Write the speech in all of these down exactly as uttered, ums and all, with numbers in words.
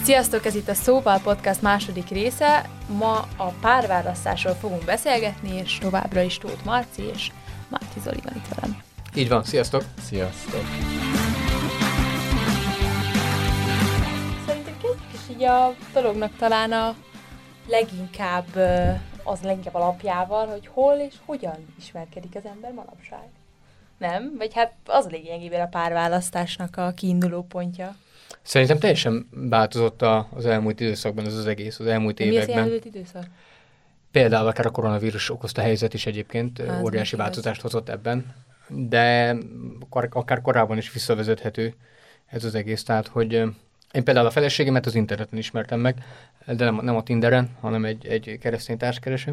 Sziasztok, ez itt a Szóval Podcast második része. Ma a párválasztásról fogunk beszélgetni, és továbbra is Tóth Marci és Márti Zoli van itt velem. Így van, sziasztok! Sziasztok! Szerintem kezdjük is így a dolognak talán a leginkább, az leginkább alapjával, hogy hol és hogyan ismerkedik az ember manapság. Nem? Vagy hát az a lényegében a párválasztásnak a kiinduló pontja. Szerintem teljesen változott az elmúlt időszakban ez az egész, az elmúlt De években. Mi az elmúlt időszak? Például akár a koronavírus okozta helyzet is egyébként hát, óriási változást hozott ebben, de akár, akár korábban is visszavezethető ez az egész. Tehát, hogy én például a feleségemet az interneten ismertem meg, de nem, nem a Tinderen, hanem egy, egy keresztény társkereső.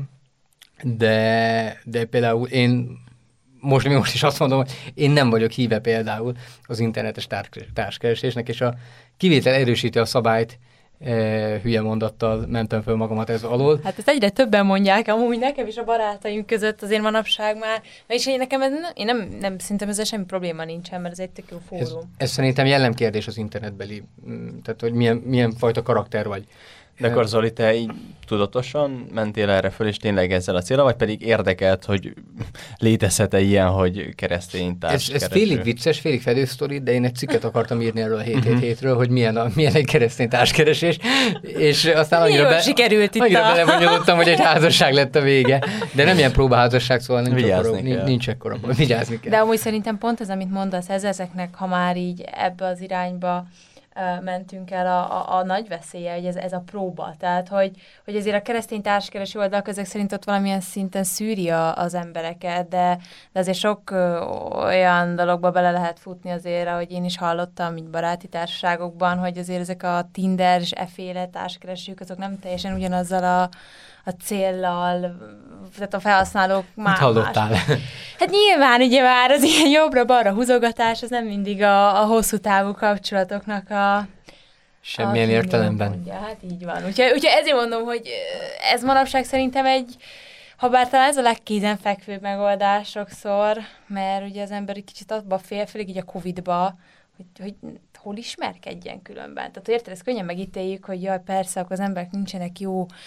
De, de például én most, most is azt mondom, hogy én nem vagyok híve például az internetes társkeresésnek, és a kivétel erősíti a szabályt, e, hülye mondattal mentem föl magamat ez alól. Hát ezt egyre többen mondják, amúgy nekem is a barátaim között azért manapság már, és én nekem ez, én nem, nem szerintem ezzel semmi probléma nincsen, mert ez egy tök jó fórum. Ez, ez szerintem jellemkérdés az internetbeli, tehát hogy milyen, milyen fajta karakter vagy. De akkor Zoli, te így tudatosan mentél erre föl, és tényleg ezzel a célra, vagy pedig érdekelt, hogy létezhet-e ilyen, hogy keresztény társkereső? Ez, ez félig vicces, félig fedősztori, de én egy cikket akartam írni erről a hét hét hétről, hogy milyen, a, milyen egy keresztény társkeresés, és aztán annyira, be, sikerült itt annyira a... belebonyolódtam, hogy egy házasság lett a vége. De nem ilyen próbaházasság, szóval nincs Vigyázni ekkora, kell. nincs ekkora, vigyázni kell. De amúgy szerintem pont ez, amit mondasz, ez ezeknek, ha már így ebbe az irányba mentünk el a, a, a nagy veszélye, hogy ez, ez a próba. Tehát, hogy, hogy azért a keresztény társkereső oldalak ezek szerint ott valamilyen szinten szűri a, az embereket, de, de azért sok ö, olyan dologba bele lehet futni azért, ahogy én is hallottam, így baráti társaságokban, hogy azért ezek a Tinder és efféle társkeresők, azok nem teljesen ugyanazzal a a céllal, tehát a felhasználók már Mit hallottál? Más. Hát nyilván ugye már az ilyen jobbra-balra húzogatás, az nem mindig a, a hosszú távú kapcsolatoknak a... Semmilyen a értelemben. Mondja. Hát így van. Úgyhogy, úgyhogy ezért mondom, hogy ez manapság szerintem egy, ha bár talán ez a legkézenfekvőbb megoldás sokszor, mert ugye az ember egy kicsit abba fél, főleg így a Covidba, hogy, hogy hol ismerkedjen különben. Tehát érted, ezt könnyen megítéljük, hogy jaj, persze, akkor az emberek nincsenek jó uh,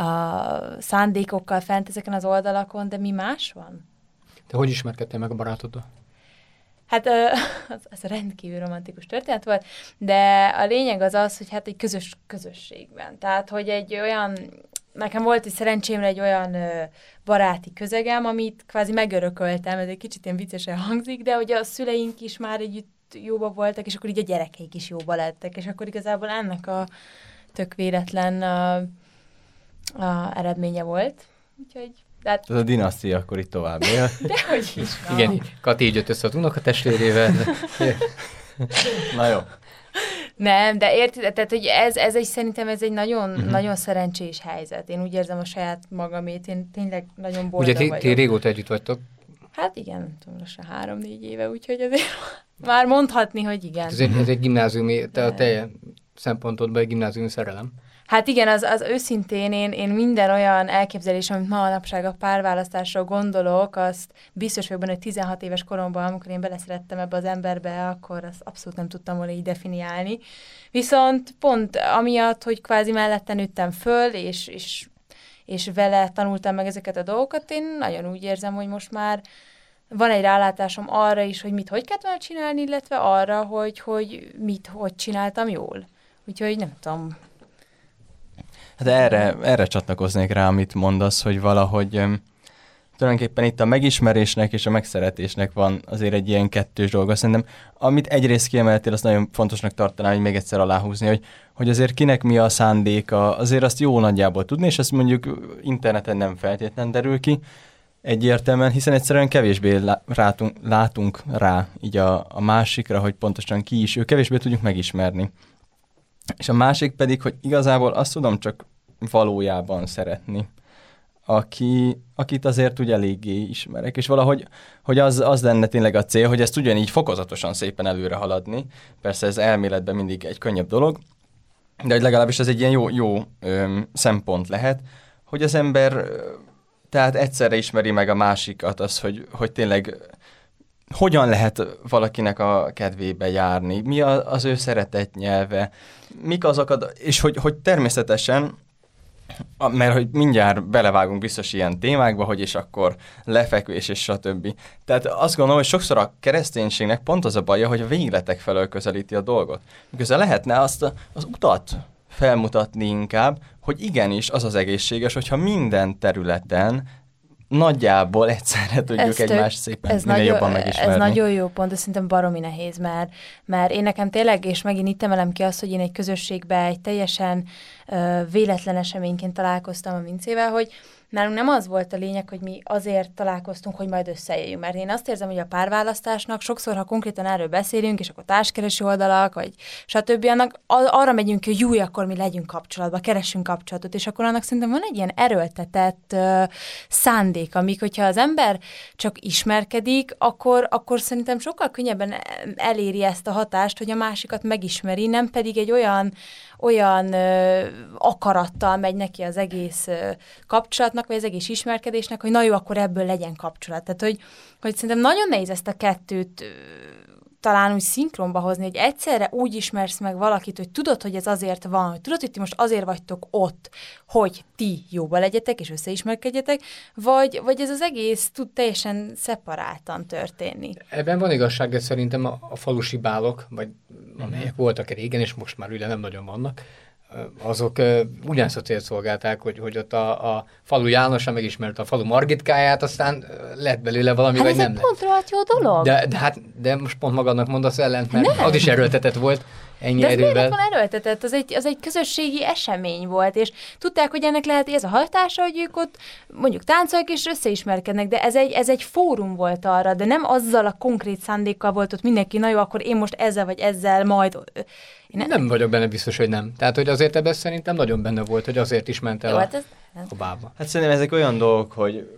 szándékokkal fent ezeken az oldalakon, de mi más van? Te hogy ismerkedtél meg a barátoddal? Hát uh, az, az rendkívül romantikus történet volt, de a lényeg az az, hogy hát egy közös közösségben. Tehát, hogy egy olyan, nekem volt egy szerencsémre egy olyan uh, baráti közegem, amit kvázi megörököltem, ez egy kicsit ilyen viccesen hangzik, de hogy a szüleink is már együtt jóba voltak, és akkor így a gyerekeik is jóba lettek, és akkor igazából ennek a tök véletlen a, a eredménye volt. Úgyhogy... Hát... Ez a dinasztia akkor itt tovább él. Dehogy is. Na. Igen, Kati így jött össze az unokatestvérével. Na jó. Nem, de érted, tehát hogy ez, ez egy, szerintem ez egy nagyon, uh-huh. nagyon szerencsés helyzet. Én úgy érzem a saját magamét, én tényleg nagyon boldog Ugye ti, vagyok. ti régóta együtt vagytok? Hát igen, nem tudom, lassan három-négy éve, úgyhogy azért már mondhatni, hogy igen. Ez egy, ez egy gimnáziumi, te a te szempontodban egy gimnáziumi szerelem. Hát igen, az, az őszintén én, én minden olyan elképzelés, amit ma manapság a párválasztásra gondolok, azt biztos vagyok benne, hogy tizenhat éves koromban, amikor én beleszerettem ebbe az emberbe, akkor azt abszolút nem tudtam volna így definiálni. Viszont pont amiatt, hogy kvázi melletten nőttem föl, és, és, és vele tanultam meg ezeket a dolgokat, én nagyon úgy érzem, hogy most már van egy rálátásom arra is, hogy mit hogy kellett volna csinálni, illetve arra, hogy, hogy mit hogy csináltam jól. Úgyhogy nem tudom. Hát erre, erre csatlakoznék rá, amit mondasz, hogy valahogy um, tulajdonképpen itt a megismerésnek és a megszeretésnek van azért egy ilyen kettős dolga. Szerintem, amit egyrészt kiemeltél, azt nagyon fontosnak tartanám, hogy még egyszer aláhúzni, hogy, hogy azért kinek mi a szándéka, azért azt jó nagyjából tudni, és ezt mondjuk interneten nem feltétlen derül ki egyértelműen, hiszen egyszerűen kevésbé látunk, látunk rá így a, a másikra, hogy pontosan ki is, ő kevésbé tudjuk megismerni. És a másik pedig, hogy igazából azt tudom csak valójában szeretni, aki, akit azért úgy eléggé ismerek, és valahogy hogy az, az lenne tényleg a cél, hogy ezt ugyanígy fokozatosan szépen előre haladni. Persze ez elméletben mindig egy könnyebb dolog, de hogy legalábbis ez egy ilyen jó, jó öm, szempont lehet, hogy az ember tehát egyszerre ismeri meg a másikat, az, hogy, hogy tényleg hogyan lehet valakinek a kedvébe járni, mi a, az ő szeretett nyelve, mik azok a, és hogy, hogy természetesen, mert hogy mindjárt belevágunk biztos ilyen témákba, hogy és akkor lefekvés és stb. Tehát azt gondolom, hogy sokszor a kereszténységnek pont az a baja, hogy a végletek felől közelíti a dolgot. Miközben lehetne azt a, az utat felmutatni inkább, hogy igenis az az egészséges, hogyha minden területen nagyjából egyszerre tudjuk egymást szépen ez minél nagyon, jobban megismerni. Ez nagyon jó pont, de szerintem baromi nehéz, mert, mert én nekem tényleg, és megint itt emelem ki azt, hogy én egy közösségbe egy teljesen uh, véletlen eseményként találkoztam a Mincével, hogy nálunk nem az volt a lényeg, hogy mi azért találkoztunk, hogy majd összejöjjünk, mert én azt érzem, hogy a párválasztásnak sokszor, ha konkrétan erről beszélünk, és akkor társkereső oldalak, vagy stb., annak arra megyünk, hogy jó, akkor mi legyünk kapcsolatban, keressünk kapcsolatot, és akkor annak szerintem van egy ilyen erőltetett uh, szándék, amíg, hogyha az ember csak ismerkedik, akkor, akkor szerintem sokkal könnyebben eléri ezt a hatást, hogy a másikat megismeri, nem pedig egy olyan, olyan ö, akarattal megy neki az egész ö, kapcsolatnak, vagy az egész ismerkedésnek, hogy na jó, akkor ebből legyen kapcsolat. Tehát, hogy, hogy szerintem nagyon nehéz ezt a kettőt ö, talán úgy szinkronba hozni, hogy egyszerre úgy ismersz meg valakit, hogy tudod, hogy ez azért van, hogy tudod, hogy ti most azért vagytok ott, hogy ti jóba legyetek, és összeismerkedjetek, vagy, vagy ez az egész tud teljesen szeparáltan történni. Ebben van igazság, de szerintem a, a falusi bálok, vagy amelyek voltak régen, és most már ugye nem nagyon vannak, azok uh, ugyanazt a célt szolgálták, hogy, hogy ott a, a falu Jánosa megismerte a falu Margitkáját, aztán uh, lett belőle valami, hát vagy nem lett. Hát ez egy pont rohadt jó dolog. De, de, hát, de most pont magadnak mondasz ellent, mert nem. Az is erőltetett volt ennyi de ez erővel. miért van erőltetett? Az egy, az egy közösségi esemény volt, és tudták, hogy ennek lehet ez a hatása, hogy ők ott mondjuk táncolják és összeismerkednek, de ez egy, ez egy fórum volt arra, de nem azzal a konkrét szándékkal volt ott mindenki, na jó, akkor én most ezzel vagy ezzel majd... Ne... Nem vagyok benne biztos, hogy nem. Tehát, hogy azért ebben szerintem nagyon benne volt, hogy azért is ment el jó, a, hát ez... a bába. Hát szerintem ezek olyan dolgok, hogy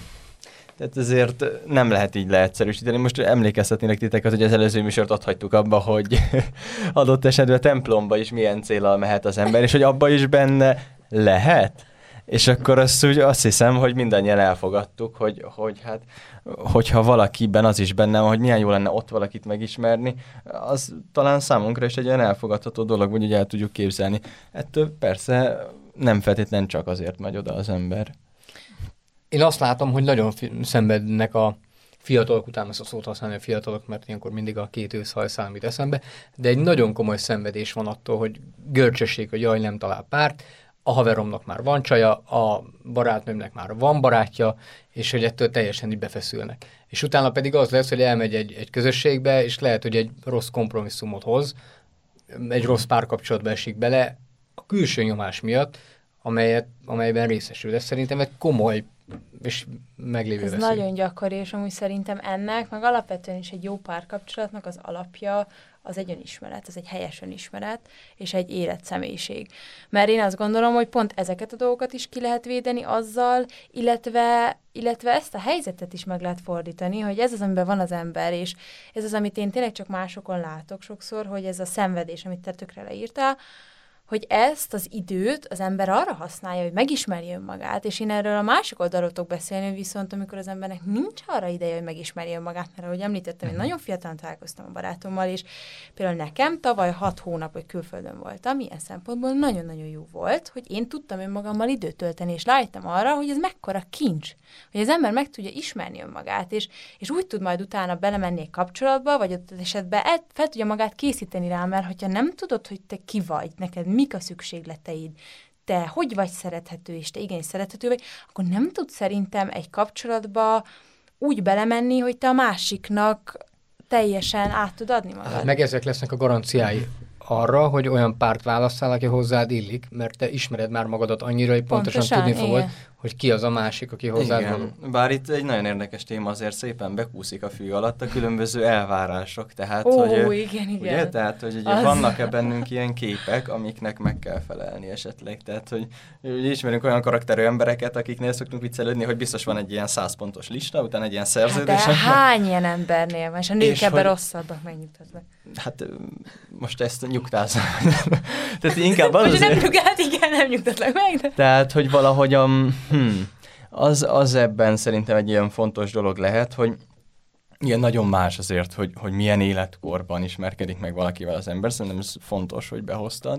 tehát ezért nem lehet így leegyszerűsíteni. Most emlékeztetnének titeket, hogy az előző műsort ott hagytuk abba, hogy adott esetben templomba is milyen céllal mehet az ember, és hogy abba is benne lehet. És akkor azt, úgy, azt hiszem, hogy mindannyian elfogadtuk, hogy, hogy hát, hogyha valakiben az is benne van, hogy milyen jó lenne ott valakit megismerni, az talán számunkra is egy olyan elfogadható dolog, hogy el tudjuk képzelni. Ettől persze nem feltétlenül csak azért megy oda az ember. Én azt látom, hogy nagyon fi- szenvednek a fiatalok, utána ezt a szót használni a fiatalok, mert ilyenkor mindig a két őszhaj számít eszembe, de egy nagyon komoly szenvedés van attól, hogy görcsösség, hogy jaj, nem talál párt, a haveromnak már van csaja, a barátnőmnek már van barátja, és hogy ettől teljesen így befeszülnek. És utána pedig az lesz, hogy elmegy egy, egy közösségbe, és lehet, hogy egy rossz kompromisszumot hoz, egy rossz párkapcsolatba esik bele a külső nyomás miatt, amelyet, amelyben részesül. Ez szerintem egy komoly és meglévő Ez veszély. nagyon gyakori, és amúgy szerintem ennek, meg alapvetően is egy jó párkapcsolatnak az alapja az egy önismeret, az egy helyes önismeret, és egy érett személyiség. Mert én azt gondolom, hogy pont ezeket a dolgokat is ki lehet védeni azzal, illetve, illetve ezt a helyzetet is meg lehet fordítani, hogy ez az, amiben van az ember, és ez az, amit én tényleg csak másokon látok sokszor, hogy ez a szenvedés, amit te tökre leírtál, hogy ezt az időt az ember arra használja, hogy megismerje önmagát, és én erről a másik oldalról tudok beszélni, viszont amikor az embernek nincs arra ideje, hogy megismerje önmagát, mert ahogy említettem, én nagyon fiatalon találkoztam a barátommal, és például nekem tavaly hat hónap, hogy külföldön voltam, ilyen szempontból nagyon-nagyon jó volt, hogy én tudtam önmagammal időt tölteni, és rájöttem arra, hogy ez mekkora kincs, hogy az ember meg tudja ismerni önmagát, és, és úgy tud majd utána belemenni egy kapcsolatba, vagy ott esetben el, fel tudja magát készíteni rá, mert hogyha nem tudod, hogy te ki vagy, neked mik a szükségleteid, te hogy vagy szerethető, és te igenis szerethető vagy, akkor nem tudsz szerintem egy kapcsolatba úgy belemenni, hogy te a másiknak teljesen át tud adni magad. Meg ezek lesznek a garanciái arra, hogy olyan párt válasszál, aki hozzád illik, mert te ismered már magadat annyira, hogy pontosan, pontosan tudni fogod, igen. hogy ki az a másik, aki hozzád igen. való. Bár itt egy nagyon érdekes téma azért szépen bekúszik a fű alatt a különböző elvárások. Tehát, Ó, hogy, igen, igen. Ugye? Tehát, hogy ugye vannak-e bennünk ilyen képek, amiknek meg kell felelni esetleg. Tehát, hogy ugye ismerünk olyan karakterű embereket, akiknél szoktunk viccelődni, hogy biztos van egy ilyen száz pontos lista, utána egy ilyen szerződés. Hát de hány ilyen embernél van, és a nők ebben hogy... rosszabbak megnyugtatva. Hát most ezt nyugtázom. Tehát inkább az azért... nem nyugát, igen, nem nyugtatlak meg. De... Tehát, hogy valahogy a, hmm, az, az ebben szerintem egy ilyen fontos dolog lehet, hogy Igen, nagyon más azért, hogy, hogy milyen életkorban ismerkedik meg valakivel az ember. Szerintem ez fontos, hogy behoztad,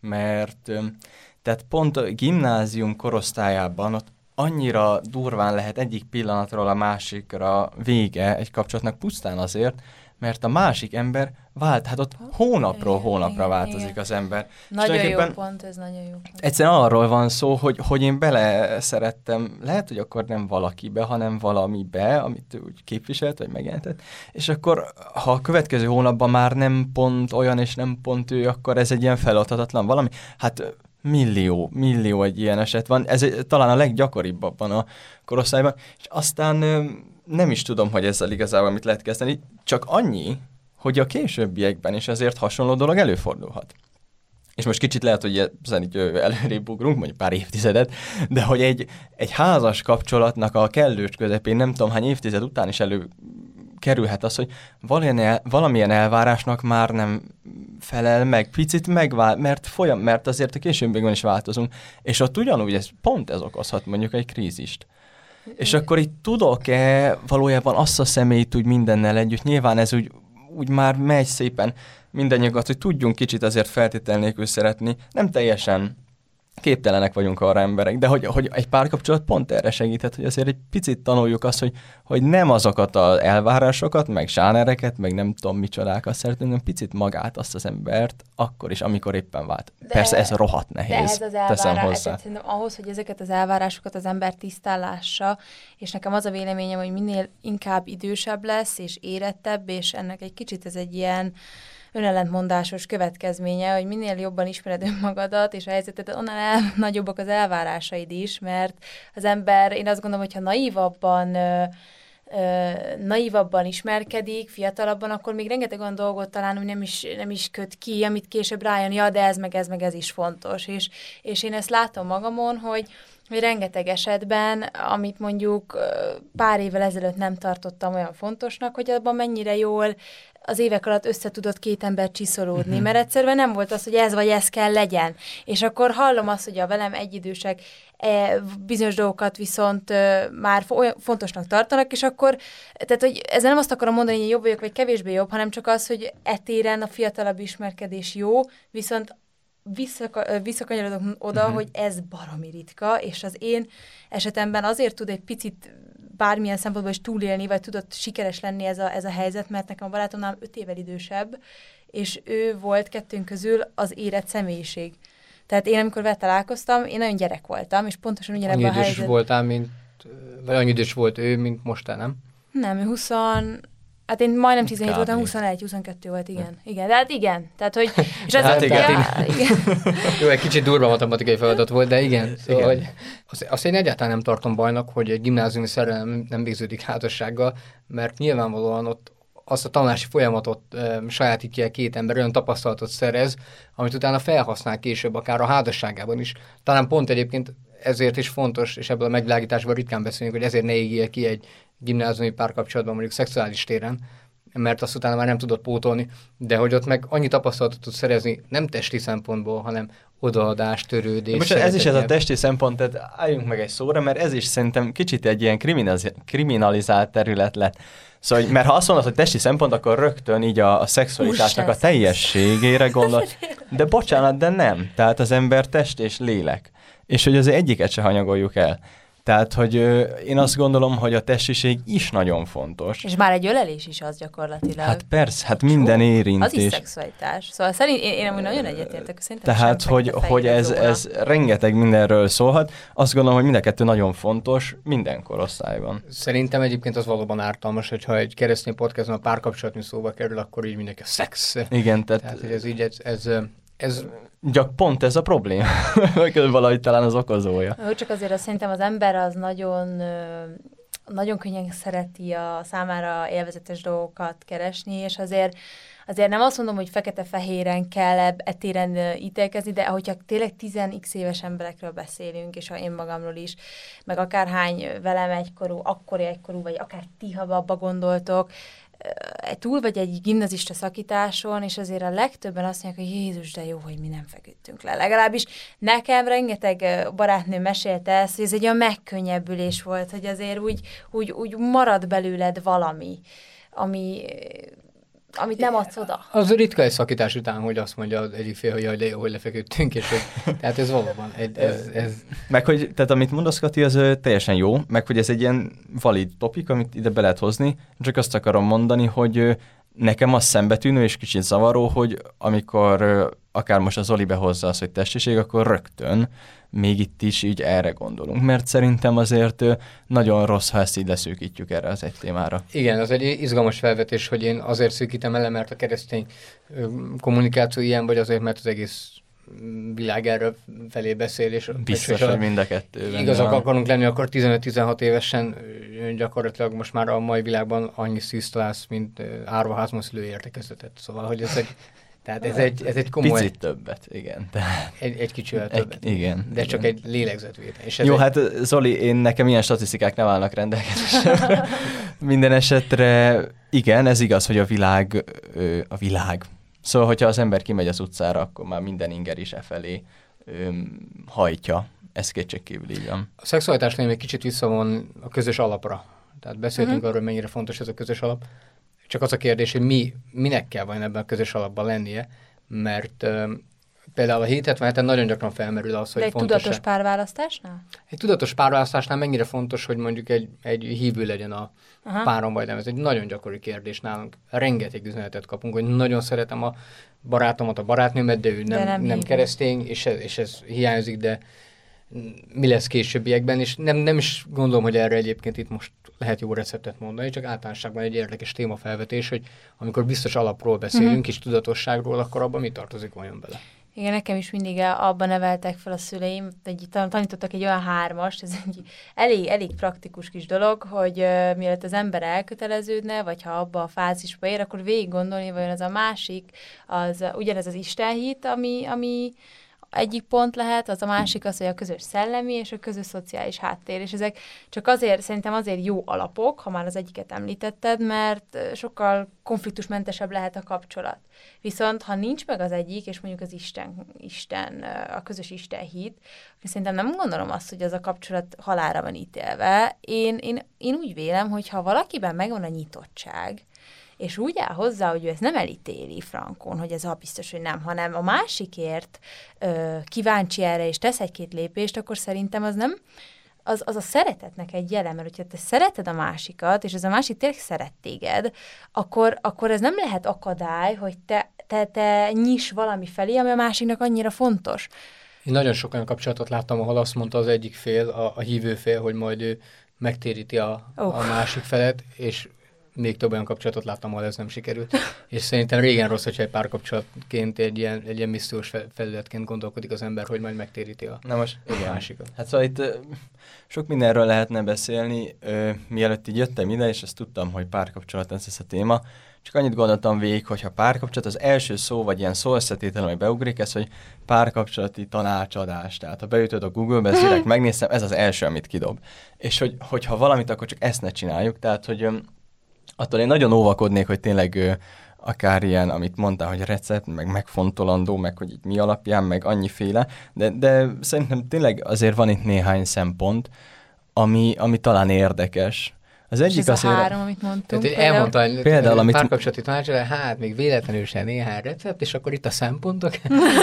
mert tehát pont a gimnázium korosztályában ott annyira durván lehet egyik pillanatról a másikra vége egy kapcsolatnak pusztán azért, mert a másik ember vált, hát ott hónapról igen, hónapra igen, változik igen. az ember. Nagyon jó pont, ez nagyon jó pont. Egyszerűen arról van szó, hogy, hogy én beleszerettem, lehet, hogy akkor nem valakibe, hanem valamibe, amit ő úgy képviselt, vagy megjelentett, és akkor, ha a következő hónapban már nem pont olyan, és nem pont ő, akkor ez egy ilyen feloldhatatlan valami. Hát millió, millió egy ilyen eset van, ez talán a leggyakoribb abban a korosztályban, és aztán nem is tudom, hogy ezzel igazából mit lehet kezdeni, csak annyi, hogy a későbbiekben is ezért hasonló dolog előfordulhat. És most kicsit lehet, hogy ezen így előrébb ugrunk, mondjuk pár évtizedet, de hogy egy, egy házas kapcsolatnak a kellős közepén nem tudom hány évtized után is elő kerülhet az, hogy valamilyen, valamilyen elvárásnak már nem felel meg, picit megvál, mert folyam, mert azért a későbbiekben is változunk, és ott ugyanúgy ez, pont ez okozhat mondjuk egy krízist. És akkor itt tudok-e valójában azt a személyt úgy mindennel együtt, nyilván ez úgy, úgy már megy szépen mindannyiakat, hogy tudjunk kicsit azért feltétel nélkül szeretni, nem teljesen képtelenek vagyunk arra emberek, de hogy, hogy egy párkapcsolat pont erre segíthet, hogy azért egy picit tanuljuk azt, hogy, hogy nem azokat az elvárásokat, meg zsánereket, meg nem tudom micsodákat szeretünk, hanem picit magát, azt az embert, akkor is, amikor éppen vált. De, Persze ez rohadt nehéz, de ez az teszem hozzá. Ez, ahhoz, hogy ezeket az elvárásokat az ember tisztán lássa, és nekem az a véleményem, hogy minél inkább idősebb lesz, és érettebb, és ennek egy kicsit ez egy ilyen önellentmondásos következménye, hogy minél jobban ismered önmagadat, és a helyzetet, annál el, nagyobbak az elvárásaid is, mert az ember, én azt gondolom, hogyha naívabban, ö, ö, naívabban ismerkedik, fiatalabban, akkor még rengeteg olyan dolgot talán hogy nem is, nem is köt ki, amit később rájön, ja, de ez meg ez meg ez is fontos. És, és én ezt látom magamon, hogy hogy rengeteg esetben, amit mondjuk pár évvel ezelőtt nem tartottam olyan fontosnak, hogy abban mennyire jól az évek alatt össze tudott két ember csiszolódni, uh-huh. mert egyszerűen nem volt az, hogy ez vagy ez kell legyen. És akkor hallom azt, hogy a velem egyidősek e, bizonyos dolgokat viszont e, már olyan fontosnak tartanak, és akkor, tehát hogy ezzel nem azt akarom mondani, hogy jobb vagyok, vagy kevésbé jobb, hanem csak az, hogy etéren a fiatalabb ismerkedés jó, viszont Visszaka, visszakanyarodok oda, uh-huh. hogy ez baromi ritka, és az én esetemben azért tud egy picit bármilyen szempontból is túlélni, vagy tudott sikeres lenni ez a, ez a helyzet, mert nekem a barátomnál öt évvel idősebb, és ő volt kettőnk közül az érett személyiség. Tehát én, amikor vele találkoztam, én nagyon gyerek voltam, és pontosan ugyanebben a helyzet... Annyi idős voltál, mint... Vagy annyi idős volt ő, mint mostán, nem? Nem, ő húsz... Hát én majdnem tizenhét voltam, huszonegy, huszonkettő volt, igen. Igen, de hát igen. Tehát, hogy... És az hát igen. Ja, igen. Jó, egy kicsit durva matematikai feladat volt, de igen. Szóval, igen. Hogy azt, azt én egyáltalán nem tartom bajnak, hogy egy gimnáziumi szerelem nem végződik házassággal, mert nyilvánvalóan ott azt a tanulási folyamatot e, sajátítja el két ember, olyan tapasztalatot szerez, amit utána felhasznál később, akár a házasságában is. Talán pont egyébként ezért is fontos, és ebből a megvilágításban ritkán beszélünk, hogy ezért ne égje ki egy gimnáziumi párkapcsolatban, mondjuk szexuális téren, mert azt utána már nem tudod pótolni, de hogy ott meg annyi tapasztalatot tud szerezni, nem testi szempontból, hanem odaadás, törődés. Most ez is ez a testi szempont, tehát álljunk meg egy szóra, mert ez is szerintem kicsit egy ilyen kriminaliz- kriminalizált terület lett. Szóval, mert ha azt mondod, hogy testi szempont, akkor rögtön így a, a szexualitásnak a teljességére gondol. De bocsánat, de nem. Tehát az ember test és lélek. És hogy azért egyiket se hanyagoljuk el. Tehát, hogy ö, én azt gondolom, hogy a testiség is nagyon fontos. És már egy ölelés is az gyakorlatilag. Hát persze, hát minden érintés. Az is szexualitás. Szóval szerint én, én amúgy nagyon egyetértek, szerintem tehát, hogy, hogy ez, ez rengeteg mindenről szólhat. Azt gondolom, hogy mind a kettő nagyon fontos minden korosztályban. Szerintem egyébként az valóban ártalmas, hogyha egy keresztény podcastban a párkapcsolatni szóba kerül, akkor így mindenki a szex. Igen, tehát... tehát hogy ez így, ez... ez Ez Gyak pont ez a probléma, valahogy talán az okozója. Jó, csak azért azt szerintem az ember az nagyon, nagyon könnyen szereti a számára élvezetes dolgokat keresni, és azért, azért nem azt mondom, hogy fekete-fehéren kell etéren ítélkezni, de ahogyha tényleg tíz x éves emberekről beszélünk, és ha én magamról is, meg akárhány velem egykorú, akkori egykorú, vagy akár ti, ha abba gondoltok, túl vagy egy gimnazista szakításon, és azért a legtöbben azt mondják, hogy Jézus, de jó, hogy mi nem feküdtünk le. Legalábbis nekem rengeteg barátnő mesélte ezt, hogy ez egy olyan megkönnyebbülés volt, hogy azért úgy, úgy, úgy marad belőled valami. ami, amit nem adsz oda. Az ritka egy szakítás után, hogy azt mondja az egyik fél, hogy jaj, de jó, hogy lefeküdtünk, és hogy, tehát ez valóban, egy, ez, ez... Meg, hogy, tehát amit mondasz, Kati, az ö, teljesen jó, meg, hogy ez egy ilyen valid topik, amit ide be lehet hozni, csak azt akarom mondani, hogy ö, nekem az szembetűnő és kicsit zavaró, hogy amikor ö, akár most az Zoli behozza azt, hogy testiség, akkor rögtön még itt is így erre gondolunk, mert szerintem azért ö, nagyon rossz, ha ezt így leszűkítjük erre az egy témára. Igen, az egy izgalmas felvetés, hogy én azért szűkítem ele, mert a keresztény ö, kommunikáció ilyen, vagy azért, mert az egész világ erről felé beszél, és biztos, és hogy mind a kettő. Igazak akarunk lenni, akkor tizenöt-tizenhat évesen gyakorlatilag most már a mai világban annyi szűzt találsz, mint árvaházban szülő értekezletet. Szóval, hogy ez egy, tehát ez egy, ez egy komoly... Picit többet, igen. Tehát... Egy, egy kicsivel többet. Egy, igen. De igen. csak egy lélegzetvétel. És jó, egy... hát Zoli, én nekem ilyen statisztikák nem állnak rendelkezésre. Minden esetre igen, ez igaz, hogy a világ, a világ. Szóval, hogyha az ember kimegy az utcára, akkor már minden inger is e felé öm, hajtja. Ez kétségkívül így van. A szexualitásnél még kicsit visszavon a közös alapra. Tehát beszéltünk Mm-hmm. arról, mennyire fontos ez a közös alap. Csak az a kérdés, hogy mi, minek kell vajon ebben a közös alapban lennie, mert öm, például a héthetvenheten nagyon gyakran felmerül az, hogy De egy fontos. tudatos párválasztásnál? Egy tudatos párválasztásnál mennyire fontos, hogy mondjuk egy, egy hívő legyen a Aha. páron, vagy nem. Ez egy nagyon gyakori kérdés nálunk. Rengeteg üzenetet kapunk, hogy nagyon szeretem a barátomat, a barátnőmet, de ő nem, De nem, nem keresztény, és ez, és ez hiányzik, de mi lesz későbbiekben, és nem, nem is gondolom, hogy erre egyébként itt most lehet jó receptet mondani, csak általánosságban egy érdekes témafelvetés, hogy amikor biztos alapról beszélünk, Mhm. és tudatosságról, akkor abban mi tartozik vajon bele? Igen, nekem is mindig abban neveltek fel a szüleim, egy, tanítottak egy olyan hármast, ez egy elég, elég praktikus kis dolog, hogy uh, mielőtt az ember elköteleződne, vagy ha abba a fázisba ér, akkor végig gondolni, vajon az a másik, az uh, ugyanez az istenhit, ami, ami egyik pont lehet, az a másik az, hogy a közös szellemi és a közös szociális háttér, és ezek csak azért, szerintem azért jó alapok, ha már az egyiket említetted, mert sokkal konfliktusmentesebb lehet a kapcsolat. Viszont, ha nincs meg az egyik, és mondjuk az Isten, Isten a közös istenhit, akkor szerintem nem gondolom azt, hogy az a kapcsolat halálra van ítélve. Én, én, én úgy vélem, hogy ha valakiben megvan a nyitottság, és úgy áll hozzá, hogy ő ezt nem elítéli frankon, hogy ez a biztos, hogy nem, hanem a másikért ö, kíváncsi erre, és tesz egy-két lépést, akkor szerintem az nem, az, az a szeretetnek egy jele, mert hogyha te szereted a másikat, és ez a másik tényleg szeret téged, akkor, akkor ez nem lehet akadály, hogy te, te, te nyiss valami felé, ami a másiknak annyira fontos. Én nagyon sok olyan kapcsolatot láttam, ahol azt mondta az egyik fél, a, a hívő fél, hogy majd ő megtéríti a, oh. a másik felet, és még több olyan kapcsolatot láttam, ahol ez nem sikerült. És szerintem régen rossz, hogyha egy párkapcsolatként egy ilyen, egy ilyen missziós felületként gondolkodik az ember, hogy majd megtéríti a, Na most, a igen. másikat. Hát szóval itt ö, sok mindenről lehetne beszélni. Ö, mielőtt így jöttem ide, és ezt tudtam, hogy párkapcsolat ez a téma, csak annyit gondoltam végig, hogy ha párkapcsolat, az első szó, vagy ilyen szó összetétel, ami beugrik, ez, hogy párkapcsolati tanácsadás. Tehát ha beütöd a Google-be, ezt direkt megnéztem, ez az első, amit kidob. És hogy, hogyha valamit, akkor csak ezt ne csináljuk. Tehát, hogy ö, attól én nagyon óvakodnék, hogy tényleg ö, akár ilyen, amit mondtál, hogy recept, meg megfontolandó, meg hogy itt mi alapján, meg annyiféle, de, de szerintem tényleg azért van itt néhány szempont, ami, ami talán érdekes. Az egyik és ez azért... a három, amit mondtunk. Tehát elmondta, hogy például, amit... párkapcsolati tanácsadás, hát még véletlenül sem néhány recept, és akkor itt a szempontok.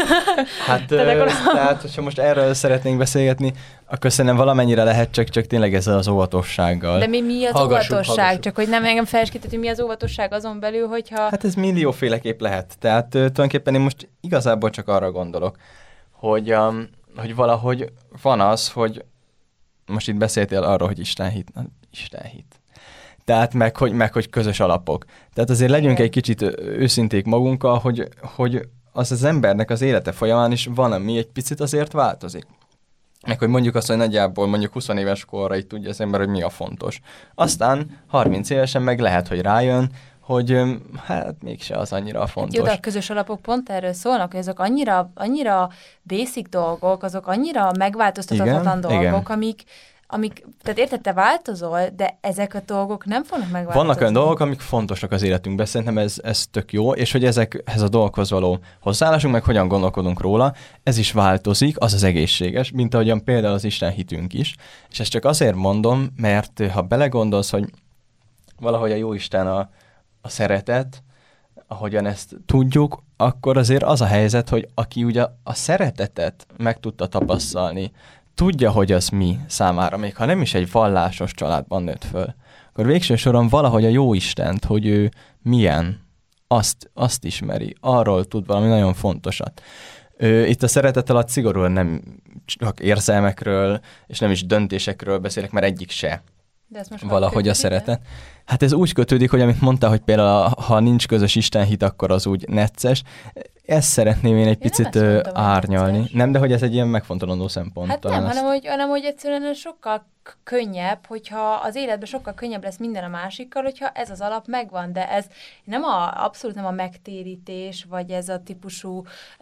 Hát, ö, tehát, hogyha most erről szeretnénk beszélgetni, akkor szerintem valamennyire lehet, csak, csak tényleg ezzel az óvatossággal. De mi, mi az hallgassuk, óvatosság? hallgassuk. Csak hogy nem engem feleskített, hogy mi az óvatosság azon belül, hogyha... Hát ez millióféleképp lehet. Tehát ö, tulajdonképpen én most igazából csak arra gondolok, hogy, um, hogy valahogy van az, hogy most itt beszéltél arról, hogy Istenhit. Na, Istenhit. Tehát meg hogy, meg, hogy közös alapok. Tehát azért legyünk egy kicsit őszinték magunkkal, hogy, hogy az az embernek az élete folyamán is van, ami egy picit azért változik. Meg hogy mondjuk azt, hogy nagyjából mondjuk húsz éves korra így tudja az ember, hogy mi a fontos. Aztán harminc évesen meg lehet, hogy rájön, hogy hát mégse az annyira fontos. Jó, de a közös alapok pont erről szólnak, hogy azok annyira, annyira basic dolgok, azok annyira megváltoztathatatlan dolgok, igen. amik, amik, tehát érted, te változol, de ezek a dolgok nem fognak megváltozni. Vannak olyan dolgok, amik fontosak az életünkben, szerintem ez, ez tök jó, és hogy ezekhez a dolgokhoz való hozzáállásunk, meg hogyan gondolkodunk róla, ez is változik, az az egészséges, mint ahogyan például az Isten hitünk is. És ezt csak azért mondom, mert ha belegondolsz, hogy valahogy a Jóisten a, a szeretet, ahogyan ezt tudjuk, akkor azért az a helyzet, hogy aki ugye a szeretetet meg tudta tapasztalni, tudja, hogy az mi számára, még ha nem is egy vallásos családban nőtt föl, akkor végső soron valahogy a Jóistent, hogy ő milyen, azt, azt ismeri, arról tud valami nagyon fontosat. Itt a szeretet alatt szigorúan nem csak érzelmekről, és nem is döntésekről beszélek, mert egyik se. De ez most valahogy a szeretet. Hát ez úgy kötődik, hogy amit mondta, hogy például ha nincs közös istenhit, akkor az úgy necces. Ezt szeretném én egy én picit nem mondtam, árnyalni. Nem, de hogy ez egy ilyen megfontolandó szempont. Hát nem, hanem hogy, hanem hogy egyszerűen sokkal könnyebb, hogyha az életben sokkal könnyebb lesz minden a másikkal, hogyha ez az alap megvan, de ez nem a, abszolút nem a megtérítés, vagy ez a típusú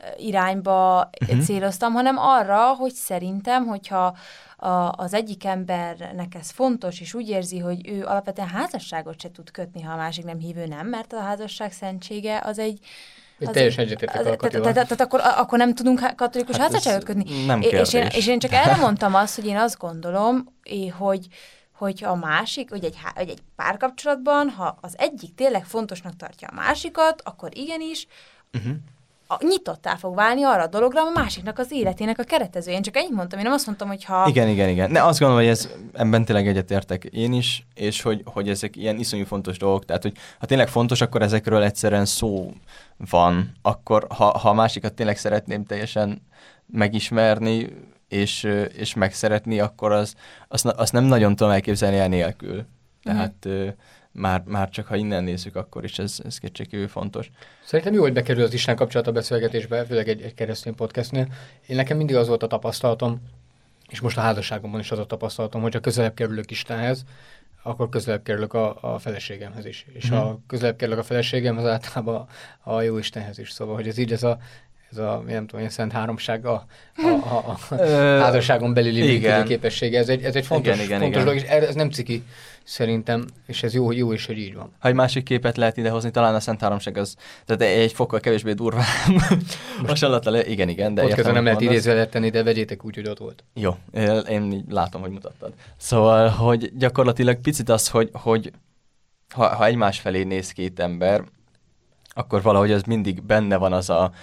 irányba uh-huh. céloztam, hanem arra, hogy szerintem, hogyha a, az egyik embernek ez fontos, és úgy érzi, hogy ő alapvetően házasságot se tud kötni, ha a másik nem hívő, nem, mert a házasság szentsége az egy Egy teljesen egyetértek a Katival. Tehát akkor, akkor nem tudunk katolikus hát házasságot kötni. Nem és, én, és én csak erre mondtam azt, hogy én azt gondolom, hogy, hogy a másik, hogy egy, hogy egy párkapcsolatban, ha az egyik tényleg fontosnak tartja a másikat, akkor igenis uh-huh. a, nyitottá fog válni arra a dologra, a másiknak az életének a keretező. Én csak ennyit mondtam, én nem azt mondtam, hogy ha... Igen, igen, igen. Ne, azt gondolom, hogy ez, ebben tényleg egyetértek én is, és hogy, hogy ezek ilyen iszonyú fontos dolgok, tehát hogy ha tényleg fontos, akkor ezekről egyszerűen szó van, akkor ha, ha a másikat tényleg szeretném teljesen megismerni, és, és megszeretni, akkor az, azt, azt nem nagyon tudom elképzelni el nélkül. Tehát mm. már, már csak ha innen nézzük, akkor is ez, ez kétségkívül fontos. Szerintem jó, hogy bekerül az Isten kapcsolat a beszélgetésbe, főleg egy, egy keresztény podcastnél. Én nekem mindig az volt a tapasztalatom, és most a házasságomban is az a tapasztalatom, hogy ha közelebb kerülök Istenhez, akkor közelebb kerülök a, a feleségemhez is. És mm. ha közelebb kerülök a feleségemhez, általában a, a jó Istenhez is. Szóval, hogy ez így ez a, ez a nem tudom, ilyen szent háromság a, a, a, a házasságon belüli képessége. Ez egy, ez egy fontos, igen, igen, fontos igen. dolog, és ez nem ciki szerintem, és ez jó, jó is, hogy így van. Ha egy másik képet lehet idehozni, talán a szent háromság az, tehát egy fokkal kevésbé durván. Hasonlatlan, igen, igen. De ott közben nem lehet idézőjelet tenni, de vegyétek úgy, hogy ott volt. Jó, én így látom, hogy mutattad. Szóval, hogy gyakorlatilag picit az, hogy, hogy ha, ha egymás felé néz két ember, akkor valahogy az mindig benne van az a,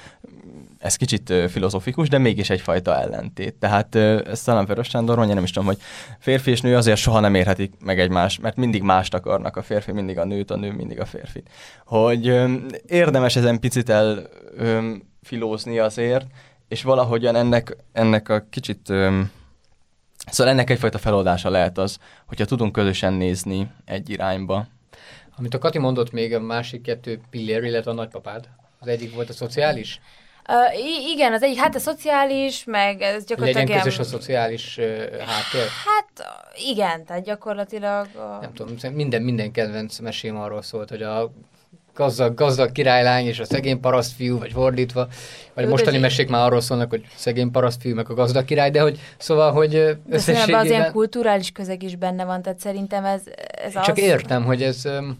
ez kicsit filozofikus, de mégis egyfajta ellentét. Tehát ez talán Vörös Sándor mondja, nem is tudom, hogy férfi és nő azért soha nem érhetik meg egymást, mert mindig mást akarnak, a férfi mindig a nőt, a nő mindig a férfit. Hogy ö, érdemes ezen picit el ö, filózni azért, és valahogyan ennek, ennek a kicsit, ö, szóval ennek egyfajta feloldása lehet az, hogyha tudunk közösen nézni egy irányba. Amit a Kati mondott még, a másik kettő pillér, illetve a nagypapád. Az egyik volt a szociális? Uh, igen, az egyik, hát a szociális, meg ez gyakorlatilag... Legyen közös a szociális uh, háttér? Hát igen, tehát gyakorlatilag... A... Nem tudom, minden, minden kedvenc mesém arról szólt, hogy a gazdag, gazdag királylány és a szegény parasztfiú, vagy fordítva, vagy mostani mesék már arról szólnak, hogy szegény parasztfiú, meg a gazdag király, de hogy szóval, hogy összességében... De az ilyen kulturális közeg is benne van, tehát szerintem ez, ez Csak az... értem, hogy ez um,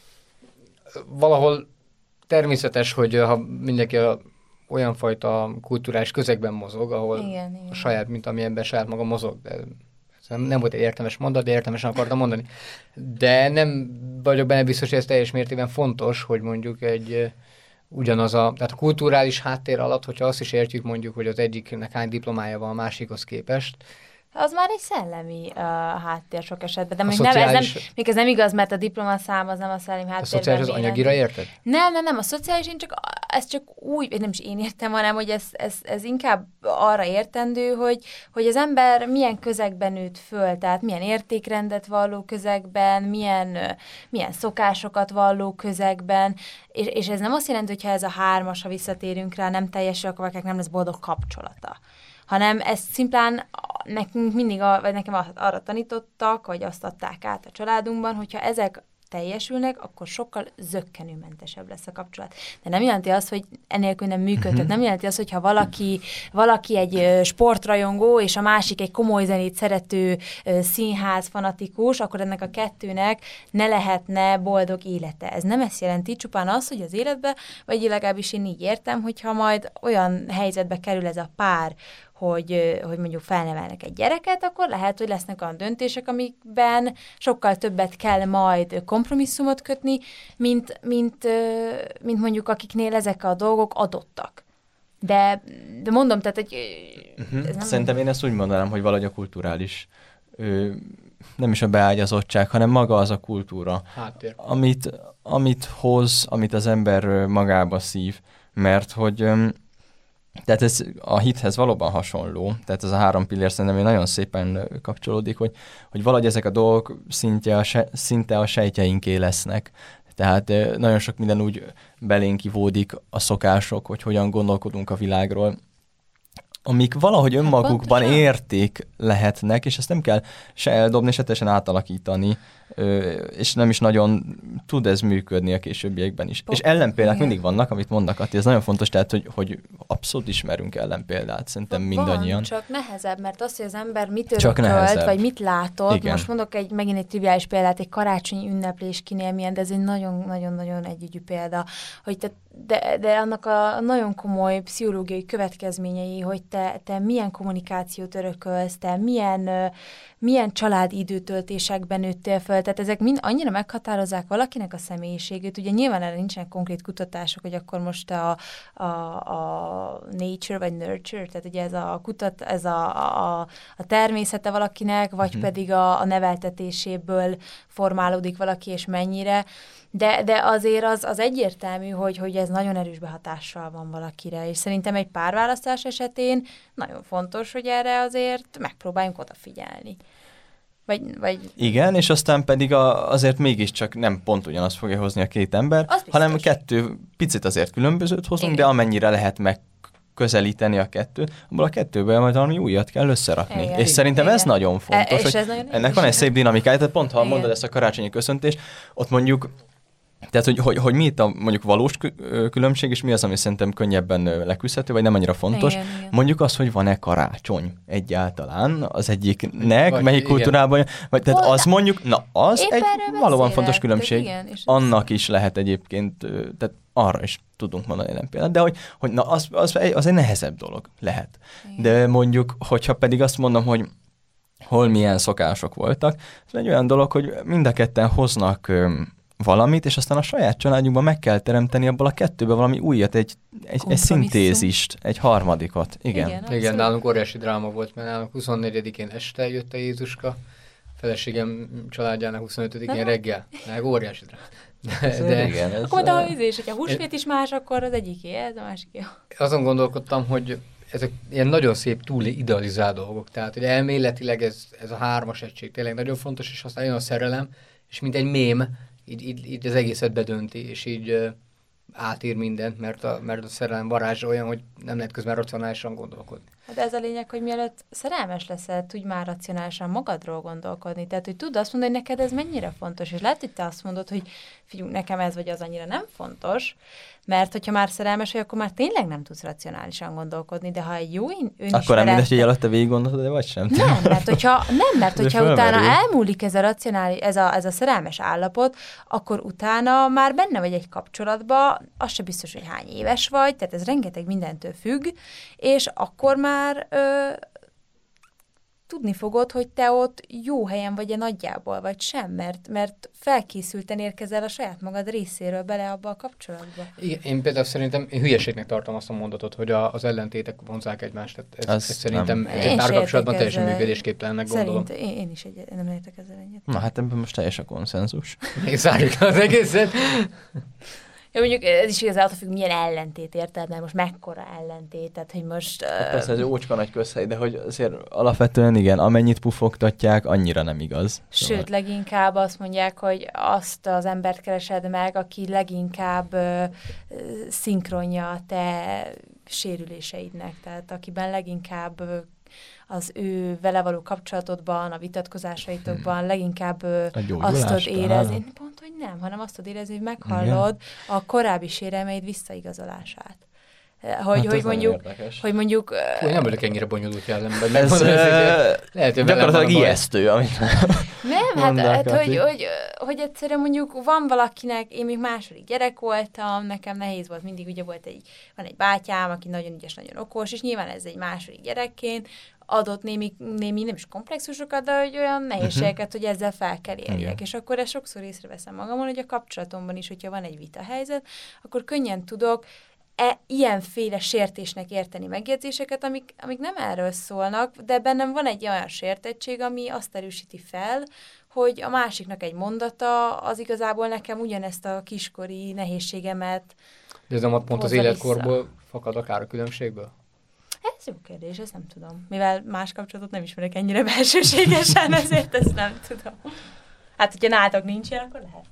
valahol természetes, hogy ha mindenki a olyan fajta kulturális közegben mozog, ahol igen, igen. a saját, mint amilyenben saját maga mozog. De nem, nem volt egy értelmes mondat, de értelmesen akartam mondani. De nem vagyok benne biztos, hogy ez teljes mértékben fontos, hogy mondjuk egy ugyanaz a, tehát a kulturális háttér alatt, hogyha azt is értjük mondjuk, hogy az egyiknek hány diplomája van a másikhoz képest, az már egy szellemi uh, háttér sok esetben. De még, szociális... nem, ez nem, még ez nem igaz, mert a diplomaszám az nem a szellemi háttérben. A szociális az anyagira érted? Nem, nem, nem. A szociális én csak, ez csak úgy, nem is én értem, hanem hogy ez, ez, ez inkább arra értendő, hogy, hogy az ember milyen közegben nőtt föl, tehát milyen értékrendet valló közegben, milyen, milyen szokásokat valló közegben, és, és ez nem azt jelenti, hogy ha ez a hármas, ha visszatérünk rá, nem teljesül, akkor nem lesz boldog kapcsolata. Hanem ezt szimplán nekünk mindig, a, vagy nekem arra tanítottak, vagy azt adták át a családunkban, hogyha ezek teljesülnek, akkor sokkal zökkenőmentesebb lesz a kapcsolat. De nem jelenti azt, hogy enélkül nem működhet. Nem jelenti azt, hogyha valaki, valaki egy sportrajongó, és a másik egy komoly zenét szerető színház fanatikus, akkor ennek a kettőnek ne lehetne boldog élete. Ez nem ezt jelenti, csupán az, hogy az életbe, vagy legalábbis én így értem, hogyha majd olyan helyzetbe kerül ez a pár, hogy, hogy mondjuk felnevelnek egy gyereket, akkor lehet, hogy lesznek olyan döntések, amikben sokkal többet kell majd kompromisszumot kötni, mint, mint, mint mondjuk akiknél ezek a dolgok adottak. De, de mondom, tehát egy... Uh-huh. Nem Szerintem én ezt úgy mondanám, hogy valahogy a kulturális, ö, nem is a beágyazottság, hanem maga az a kultúra, Háttér. amit, amit hoz, amit az ember magába szív, mert hogy ö, tehát ez a hithez valóban hasonló, tehát ez a három pillér szerintem nagyon szépen kapcsolódik, hogy, hogy valahogy ezek a dolgok szinte a, se, szinte a sejtjeinké lesznek. Tehát nagyon sok minden úgy belénk ivódik a szokások, hogy hogyan gondolkodunk a világról, amik valahogy önmagukban hát érték lehetnek, és ezt nem kell se eldobni, se teljesen átalakítani, és nem is nagyon tud ez működni a későbbiekben is. Pop. És ellenpéldák mindig vannak, amit mondnak, Ati, ez nagyon fontos, tehát, hogy, hogy abszolút ismerünk ellenpéldát, szerintem mindannyian. Van, csak nehezebb, mert az, hogy az ember mit örökölt, vagy mit látott, igen. Most mondok egy, megint egy triviális példát, egy karácsonyi ünneplés kinél milyen, de ez egy nagyon-nagyon-nagyon együgyű példa, hogy te, de, de annak a nagyon komoly pszichológiai következményei, hogy te, te milyen kommunikációt örökölsz, te milyen, milyen családi időtöltésekben nőttél föl, tehát ezek mind annyira meghatározzák valakinek a személyiségét. Ugye nyilván erre nincsenek konkrét kutatások, hogy akkor most a, a, a nature vagy nurture, tehát ugye ez a kutat, ez a, a, a természete valakinek, vagy uh-huh. pedig a, a neveltetéséből formálódik valaki, és mennyire. De, de azért az, az egyértelmű, hogy, hogy ez nagyon erős behatással van valakire, és szerintem egy párválasztás esetén nagyon fontos, hogy erre azért megpróbáljunk odafigyelni. Vagy, vagy... Igen, és aztán pedig a, azért mégiscsak nem pont ugyanazt fogja hozni a két ember, hanem kettő picit azért különbözőt hozunk, igen. De amennyire lehet meg közelíteni a kettőt, abból a kettőből majd valami újat kell összerakni. Igen. És szerintem igen. Ez nagyon fontos, e, hogy ez nagyon ennek van egy szép dinamikája, tehát pont ha igen. mondod ezt a karácsonyi köszöntést, ott mondjuk tehát, hogy, hogy, hogy mi itt a mondjuk valós különbség, és mi az, ami szerintem könnyebben leküzdhető, vagy nem annyira fontos. Igen, igen. Mondjuk az, hogy van-e karácsony egyáltalán az egyiknek, vagy, melyik igen. kultúrában, vagy tehát Hol, az mondjuk, na az egy valóban beszélek, fontos különbség. Igen, annak is lehet egyébként, tehát arra is tudunk mondani nem példát, de hogy, hogy na az, az, az egy nehezebb dolog lehet. Igen. De mondjuk, hogyha pedig azt mondom, hogy hol milyen szokások voltak, ez egy olyan dolog, hogy mind a ketten hoznak valamit, és aztán a saját családjukban meg kell teremteni abból a kettőből valami újat, egy, egy, egy szintézist, egy harmadikot. Igen, Igen, Igen nálunk óriási dráma volt, mert nálunk huszonnegyedikén este jött a Jézuska, feleségem családjának huszonötödikén reggel. Nálunk óriási dráma. De, de igen, ez akkor a ízés, hogyha húsvét is más, akkor az egyiké, ez a másiké. Azon gondolkodtam, hogy ezek ilyen nagyon szép, túl idealizált dolgok. Tehát, hogy elméletileg ez, ez a hármas egység tényleg nagyon fontos, és aztán jön a szerelem, és mint egy mém, így, így, így az egészet bedönti, és így uh, átír mindent, mert a, mert a szerelem varázsa olyan, hogy nem lehet közben racionálisan gondolkodni. Hát ez a lényeg, hogy mielőtt szerelmes leszel, tudj már racionálisan magadról gondolkodni. Tehát, hogy tudd azt mondani, hogy neked ez mennyire fontos, és lehet, hogy te azt mondod, hogy figyelj, nekem ez vagy az annyira nem fontos, mert hogyha már szerelmes vagy, akkor már tényleg nem tudsz racionálisan gondolkodni, de ha egy jó önismeret... Akkor nem mindegy, hogy alatta végig gondolod, de vagy sem. Nem, mert hogyha, nem, mert hogyha utána elmúlik ez a racionális, ez a, ez a szerelmes állapot, akkor utána már benne vagy egy kapcsolatban, az se biztos, hogy hány éves vagy, tehát ez rengeteg mindentől függ, és akkor már ö, tudni fogod, hogy te ott jó helyen vagy-e nagyjából, vagy sem, mert, mert felkészülten érkezel a saját magad részéről bele abba a kapcsolatba. Igen, én például szerintem, én hülyeségnek tartom azt a mondatot, hogy a, az ellentétek vonzák egymást. Tehát ez, ez szerintem egy párkapcsolatban teljesen működésképtelennek gondolom. Szerint én, én is egy, nem értek ezzel egyet. Na hát ebben most teljes a konszenzus. Még zárjuk az egészet. Ja, mondjuk ez is igazán attól függ, milyen ellentét érted, mert most mekkora ellentét, tehát hogy most... Hát persze, ez ócska nagy közhely, de hogy azért alapvetően igen, amennyit pufogtatják, annyira nem igaz. Sőt, szóval... leginkább azt mondják, hogy azt az embert keresed meg, aki leginkább uh, szinkronja a te sérüléseidnek, tehát akiben leginkább uh, az ő vele való kapcsolatodban, a vitatkozásaitokban hmm. leginkább azt tud érezni. Pont, hogy nem, hanem azt tud érezni, hogy meghallod igen. a korábbi sérelmeid visszaigazolását. hogy, hát hogy mondjuk, hogy mondjuk... Fú, nem vagyok ennyire bonyolult jellemben. Ez, mondom, ez lehet, hogy gyakorlatilag ijesztő, amit Nem, hát, hát hogy, hogy, hogy egyszerűen mondjuk van valakinek, én még második gyerek voltam, nekem nehéz volt, mindig ugye volt egy, van egy bátyám, aki nagyon ügyes, nagyon okos, és nyilván ez egy második gyerekként adott némi, némi nem is komplexusokat, de hogy olyan nehézségeket, uh-huh. hogy ezzel fel kell érjek. Igen. És akkor ezt sokszor észreveszem magamon, hogy a kapcsolatomban is, hogyha van egy vita helyzet, akkor könnyen tudok e, ilyenféle sértésnek érteni megjegyzéseket, amik, amik nem erről szólnak, de bennem van egy olyan sértettség, ami azt erősíti fel, hogy a másiknak egy mondata az igazából nekem ugyanezt a kiskori nehézségemet de ez nem pont az életkorból fakad akár a különbségből? Ez jó kérdés, ezt nem tudom. Mivel más kapcsolatot nem ismerek ennyire belsőségesen, ezért ezt nem tudom. Hát, hogyha nálatok nincs ilyen, akkor lehet.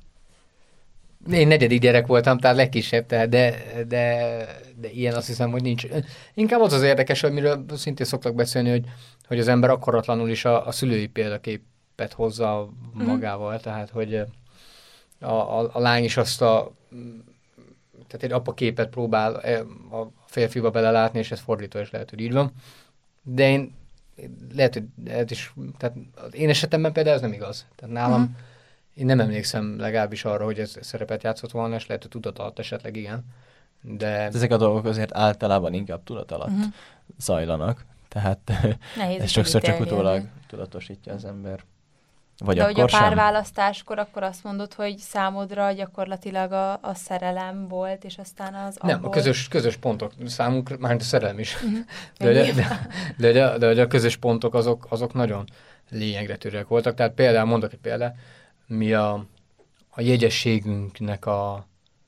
Én negyedik gyerek voltam, tehát legkisebb, tehát de, de, de ilyen azt hiszem, hogy nincs. Inkább az az érdekes, amiről szintén szoktak beszélni, hogy, hogy az ember akaratlanul is a, a szülői példaképet hozza magával, mm-hmm. tehát hogy a, a, a lány is azt a... Tehát egy apa képet próbál a férfiba belelátni, és ez fordítva is lehet, hogy így van. De én lehet, hogy ez is, tehát az én esetemben például ez nem igaz. Tehát nálam uh-huh. én nem emlékszem legalábbis arra, hogy ez szerepet játszott volna, és lehet, hogy tudat alatt esetleg igen. De... Ezek a dolgok azért általában inkább tudat alatt uh-huh. zajlanak. Tehát nehéz ez sokszor csak utólag tudatosítja az ember. Vagy de akkor hogy a sem? párválasztáskor akkor azt mondod, hogy számodra gyakorlatilag a, a szerelem volt, és aztán az abból... Nem, a közös, közös pontok számunkra, már a szerelem is. Uh-huh. De, de, de, de, de, de, de a közös pontok azok, azok nagyon lényegre törőek voltak. Tehát például, mondok egy példát, mi a, a jegyességünknek a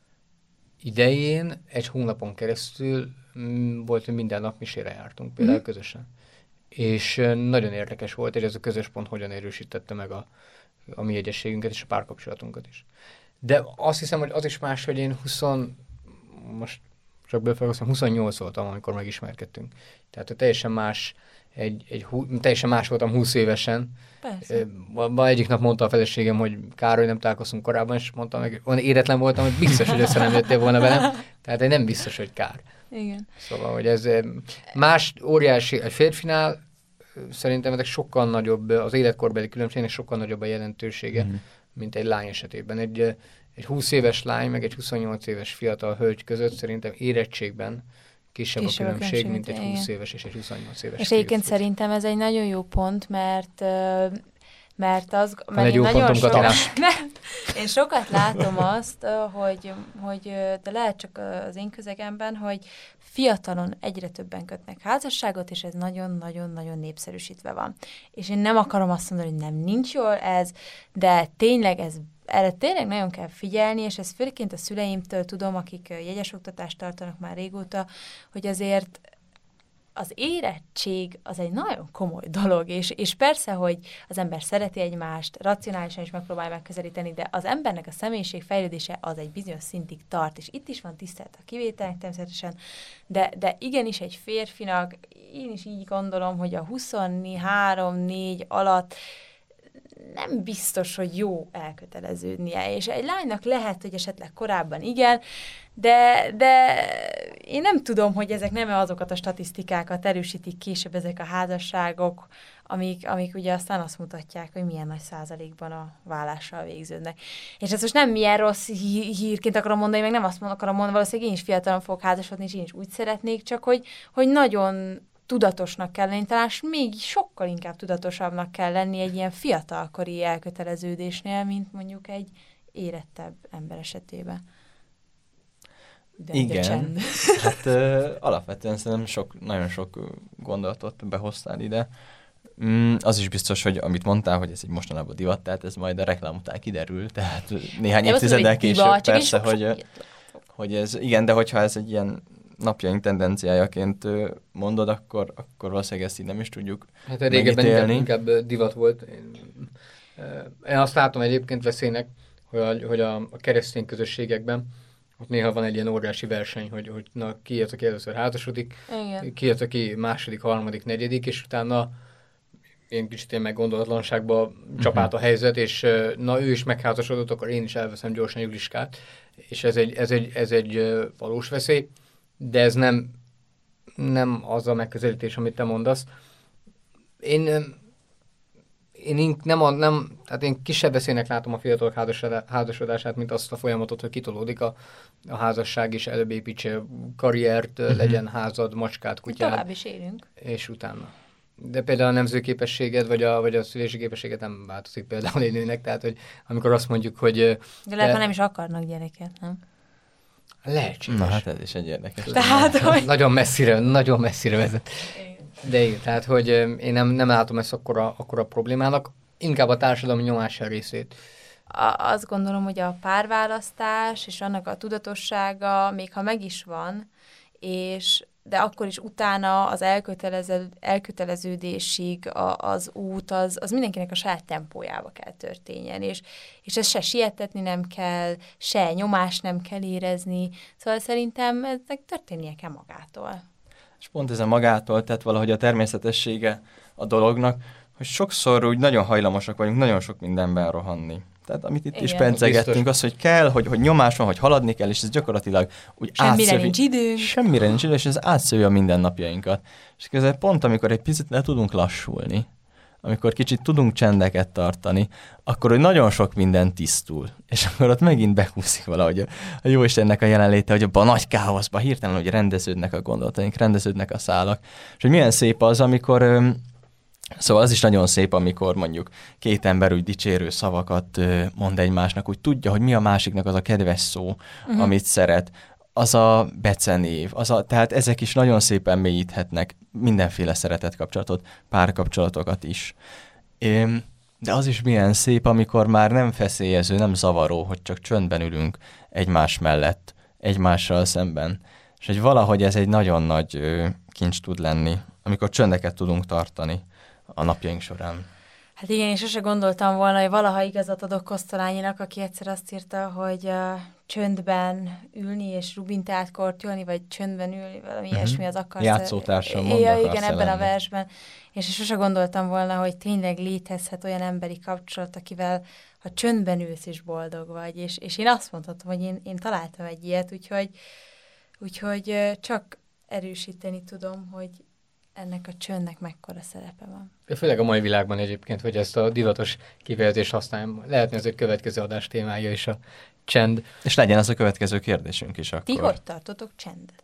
idején egy hónapon keresztül volt, hogy minden nap misére jártunk, például uh-huh. közösen. És nagyon érdekes volt, és ez a közös pont hogyan erősítette meg a, a mi jegyességünket és a párkapcsolatunkat is. De azt hiszem, hogy az is más, hogy én húsz, most csak bőfelhoztam, huszonnyolc voltam, amikor megismerkedtünk. Tehát teljesen más, egy, egy, teljesen más voltam húsz évesen. Persze. Ma egyik nap mondta a feleségem, hogy kár, hogy nem találkoztunk korábban, és mondtam meg, olyan éretlen voltam, hogy biztos, hogy össze nem jöttél volna velem. Tehát én nem biztos, hogy kár. Igen. Szóval, hogy ez más óriási, egy férfinál szerintem ezek sokkal nagyobb, az életkorbeli különbségnek sokkal nagyobb a jelentősége, mm. mint egy lány esetében. Egy, egy húsz éves lány, meg egy huszonnyolc éves fiatal hölgy között szerintem érettségben kisebb, kisebb a különbség, a mint egy húsz éves és egy huszonnyolc éves. És egyébként szerintem ez egy nagyon jó pont, mert mert az... Van mert egy jó pontom, so... Nem, én sokat látom azt, hogy, hogy de lehet csak az én közegemben, hogy fiatalon egyre többen kötnek házasságot, és ez nagyon-nagyon-nagyon népszerűsítve van. És én nem akarom azt mondani, hogy nem nincs jól ez, de tényleg ez erre tényleg nagyon kell figyelni, és ez főként a szüleimtől tudom, akik jegyes oktatást tartanak már régóta, hogy azért az érettség az egy nagyon komoly dolog, és, és persze, hogy az ember szereti egymást, racionálisan is megpróbálja megközelíteni, de az embernek a személyiség fejlődése az egy bizonyos szintig tart, és itt is van tisztelt a kivételnek természetesen, de, de igenis egy férfinak, én is így gondolom, hogy a huszonhárom négy alatt nem biztos, hogy jó elköteleződnie, és egy lánynak lehet, hogy esetleg korábban igen, de, de én nem tudom, hogy ezek nem azokat a statisztikákat erősítik később ezek a házasságok, amik, amik ugye aztán azt mutatják, hogy milyen nagy százalékban a vállással végződnek. És ez most nem milyen rossz hí- hírként akarom mondani, meg nem azt akarom mondani, valószínűleg én is fiatalon fogok házasodni, és én is úgy szeretnék, csak hogy, hogy nagyon tudatosnak kell lenni, talán még sokkal inkább tudatosabbnak kell lenni egy ilyen fiatalkori elköteleződésnél, mint mondjuk egy érettebb ember esetében. De igen, hát ö, alapvetően szerintem sok, nagyon sok gondolatot behoztál ide. Mm, az is biztos, hogy amit mondtál, hogy ez egy mostanában divat, tehát ez majd a reklám után kiderül, tehát néhány évtizeddel később diva, persze, hogy, sok hogy ez, igen, de hogyha ez egy ilyen napjaink tendenciájaként mondod, akkor, akkor valószínűleg ezt így nem is tudjuk hát régebben inkább, inkább divat volt. Én, én azt látom egyébként veszélynek, hogy a, hogy a, a keresztény közösségekben ott néha van egy ilyen óriási verseny, hogy, hogy na, ki az, aki először házasodik, igen. Ki az, aki második, harmadik, negyedik, és utána én kicsit én meg gondolatlanságba uh-huh. csapált a helyzet, és na ő is megházasodott, akkor én is elveszem gyorsan Juliskát, és ez egy, ez egy, ez egy valós veszély. de ez nem, nem az a megközelítés, amit te mondasz. Én, én nem, a, nem, tehát én kisebb veszélynek látom a fiatalok házasodását, mint azt a folyamatot, hogy kitolódik a, a házasság, és előbb építse karriert, uh-huh. legyen házad, macskát, kutyád. Tovább is élünk. És utána. De például a nemzőképességed, vagy a, vagy a szülési képességet nem változik például egy nőnek, tehát hogy amikor azt mondjuk, hogy... De lehet, ha nem is akarnak gyereket, nem? Lehetséges. Na hát ez is egy érdekes. Tehát, hogy... Nagyon messzire, nagyon messzire vezet. De igen, tehát, hogy én nem, nem látom ezt akkora, akkora problémának, inkább a társadalmi nyomással részét. A, azt gondolom, hogy a párválasztás és annak a tudatossága, még ha meg is van, és de akkor is utána az elkötelező, elköteleződésig a, az út, az, az mindenkinek a saját tempójába kell történjen, és, és ezt se sietetni nem kell, se nyomást nem kell érezni, szóval szerintem eznek történnie kell magától. És pont ez a magától, tehát valahogy a természetessége a dolognak, hogy sokszor úgy nagyon hajlamosak vagyunk nagyon sok mindenben rohanni. Tehát amit itt igen. is pedzegettünk, az, hogy kell, hogy, hogy nyomás van, hogy haladni kell, és ez gyakorlatilag úgy Semmire átszövi, nincs idő. Semmire nincs idő, és ez átszövi a mindennapjainkat. És közben pont, amikor egy picit le tudunk lassulni, amikor kicsit tudunk csendeket tartani, akkor hogy nagyon sok minden tisztul. És akkor ott megint bekúszik valahogy a, a Jóistennek a jelenléte, hogy abban a nagy káoszban hirtelen, hogy rendeződnek a gondolataink, rendeződnek a szálak. És hogy milyen szép az, amikor... Szóval az is nagyon szép, amikor mondjuk két ember úgy dicsérő szavakat mond egymásnak, úgy tudja, hogy mi a másiknak az a kedves szó, uh-huh. amit szeret, az a becenév, az a, tehát ezek is nagyon szépen mélyíthetnek mindenféle szeretetkapcsolatot, párkapcsolatokat is. De az is milyen szép, amikor már nem feszélyező, nem zavaró, hogy csak csöndben ülünk egymás mellett, egymással szemben. És hogy valahogy ez egy nagyon nagy kincs tud lenni, amikor csöndeket tudunk tartani a napjaink során. Hát igen, és sose gondoltam volna, hogy valaha igazat adok Kosztolányinak, aki egyszer azt írta, hogy uh, csöndben ülni és rubintát kortyolni, vagy csöndben ülni, valami uh-huh. ilyesmi az akarsz. Játszótársam mondd ja, igen, ebben lenni. A versben. És sose gondoltam volna, hogy tényleg létezhet olyan emberi kapcsolat, akivel ha csöndben ülsz és boldog vagy. És, és én azt mondhatom, hogy én, én találtam egy ilyet, úgyhogy, úgyhogy uh, csak erősíteni tudom, hogy ennek a csöndnek mekkora szerepe van. Főleg a mai világban egyébként, hogy ezt a divatos kifejezést használjam. Lehetne ez egy következő adás témája is a csend. És legyen az a következő kérdésünk is akkor. Ti hogy tartotok csendet?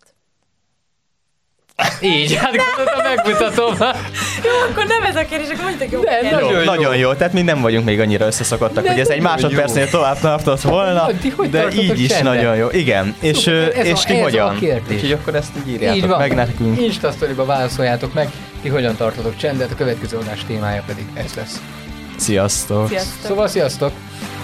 Így, hát gondoltam, megmutatom. Jó, akkor nem ez a kérdés, akkor mondjuk jó. De, nagyon, jó. nagyon jó, tehát mi nem vagyunk még annyira összeszokottak, hogy ez egy másodpercnél jó. Tovább tartott volna, de, de így is csendet? Nagyon jó. Igen, és, és ti hogyan? Úgyhogy akkor ezt így írjátok így meg nekünk. Instastoryba válaszoljátok meg, ti hogyan tartotok csendet, a következő adás témája pedig ez lesz. Sziasztok! Sziasztok. Szóval sziasztok!